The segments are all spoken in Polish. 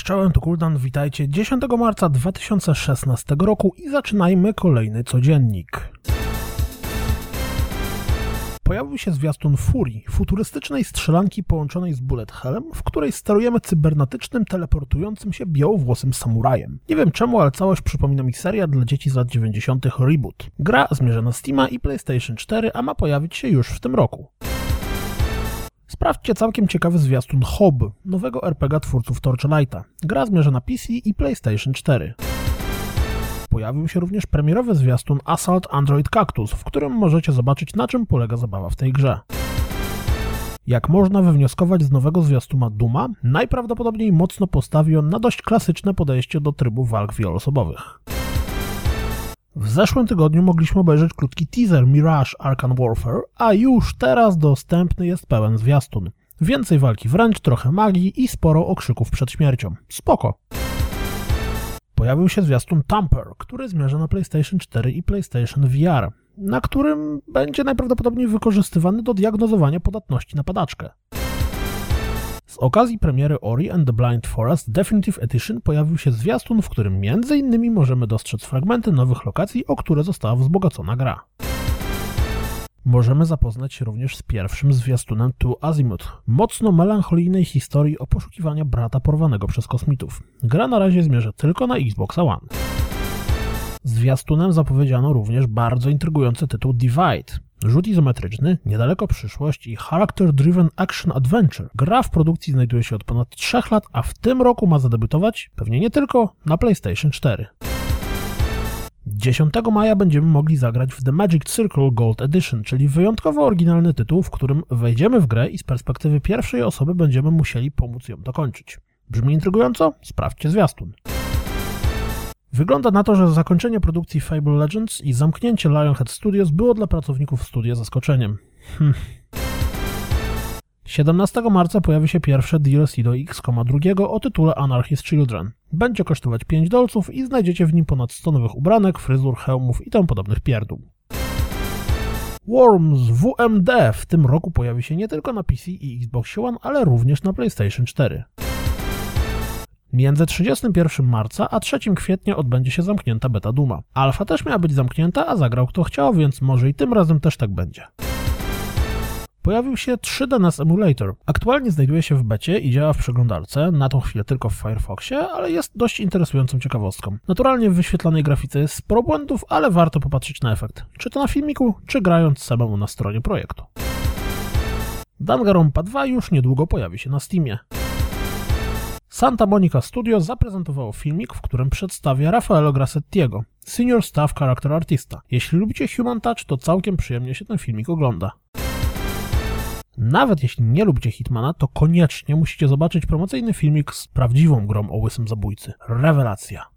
czołem, tu Kuldan, witajcie 10 marca 2016 roku i zaczynajmy kolejny codziennik. Pojawił się zwiastun Furii, futurystycznej strzelanki połączonej z bullet hellem, w której sterujemy cybernetycznym, teleportującym się białowłosym samurajem. Nie wiem czemu, ale całość przypomina mi serial dla dzieci z lat 90. Reboot. Gra zmierza na Steama i PlayStation 4, a ma pojawić się już w tym roku. Sprawdźcie całkiem ciekawy zwiastun Hob, nowego RPG twórców Torchlighta. Gra zmierza na PC i PlayStation 4. Pojawił się również premierowy zwiastun Assault Android Cactus, w którym możecie zobaczyć, na czym polega zabawa w tej grze. Jak można wywnioskować z nowego zwiastuna Duma, najprawdopodobniej mocno postawi on na dość klasyczne podejście do trybu walk wieloosobowych. W zeszłym tygodniu mogliśmy obejrzeć krótki teaser Mirage Arcane Warfare, a już teraz dostępny jest pełen zwiastun. Więcej walki wręcz, trochę magii i sporo okrzyków przed śmiercią. Spoko! Pojawił się zwiastun Tamper, który zmierza na PlayStation 4 i PlayStation VR, na którym będzie najprawdopodobniej wykorzystywany do diagnozowania podatności na padaczkę. Z okazji premiery Ori and the Blind Forest Definitive Edition pojawił się zwiastun, w którym m.in. możemy dostrzec fragmenty nowych lokacji, o które została wzbogacona gra. Możemy zapoznać się również z pierwszym zwiastunem To Azimuth, mocno melancholijnej historii o poszukiwaniu brata porwanego przez kosmitów. Gra na razie zmierza tylko na Xbox One. Zwiastunem zapowiedziano również bardzo intrygujący tytuł Divide. Rzut izometryczny, niedaleko przyszłość i character-driven action adventure. Gra w produkcji znajduje się od ponad 3 lat, a w tym roku ma zadebiutować, pewnie nie tylko, na PlayStation 4. 10 maja będziemy mogli zagrać w The Magic Circle Gold Edition, czyli wyjątkowo oryginalny tytuł, w którym wejdziemy w grę i z perspektywy pierwszej osoby będziemy musieli pomóc ją dokończyć. Brzmi intrygująco? Sprawdźcie zwiastun. Wygląda na to, że zakończenie produkcji Fable Legends i zamknięcie Lionhead Studios było dla pracowników studia zaskoczeniem. 17 marca pojawi się pierwsze DLC do XCOMa 2 o tytule Anarchy's Children. Będzie kosztować $5 i znajdziecie w nim ponad 100 nowych ubranek, fryzur, hełmów i tym podobnych pierdół. Worms WMD w tym roku pojawi się nie tylko na PC i Xbox One, ale również na PlayStation 4. Między 31 marca a 3 kwietnia odbędzie się zamknięta beta Duma. Alfa też miała być zamknięta, a zagrał kto chciał, więc może i tym razem też tak będzie. Pojawił się 3D NES Emulator. Aktualnie znajduje się w becie i działa w przeglądarce, na tą chwilę tylko w Firefoxie, ale jest dość interesującą ciekawostką. Naturalnie w wyświetlanej grafice jest sporo błędów, ale warto popatrzeć na efekt. Czy to na filmiku, czy grając samemu na stronie projektu. Danganronpa 2 już niedługo pojawi się na Steamie. Santa Monica Studio zaprezentowało filmik, w którym przedstawia Raffaello Grassettiego, Senior Staff Character Artista. Jeśli lubicie Human Touch, to całkiem przyjemnie się ten filmik ogląda. Nawet jeśli nie lubicie Hitmana, to koniecznie musicie zobaczyć promocyjny filmik z prawdziwą grą o łysym zabójcy. Rewelacja!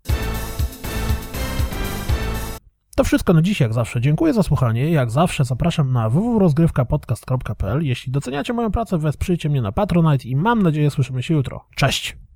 To wszystko na dziś, jak zawsze. Dziękuję za słuchanie. Jak zawsze zapraszam na www.rozgrywkapodcast.pl. Jeśli doceniacie moją pracę, wesprzyjcie mnie na Patronite i mam nadzieję słyszymy się jutro. Cześć!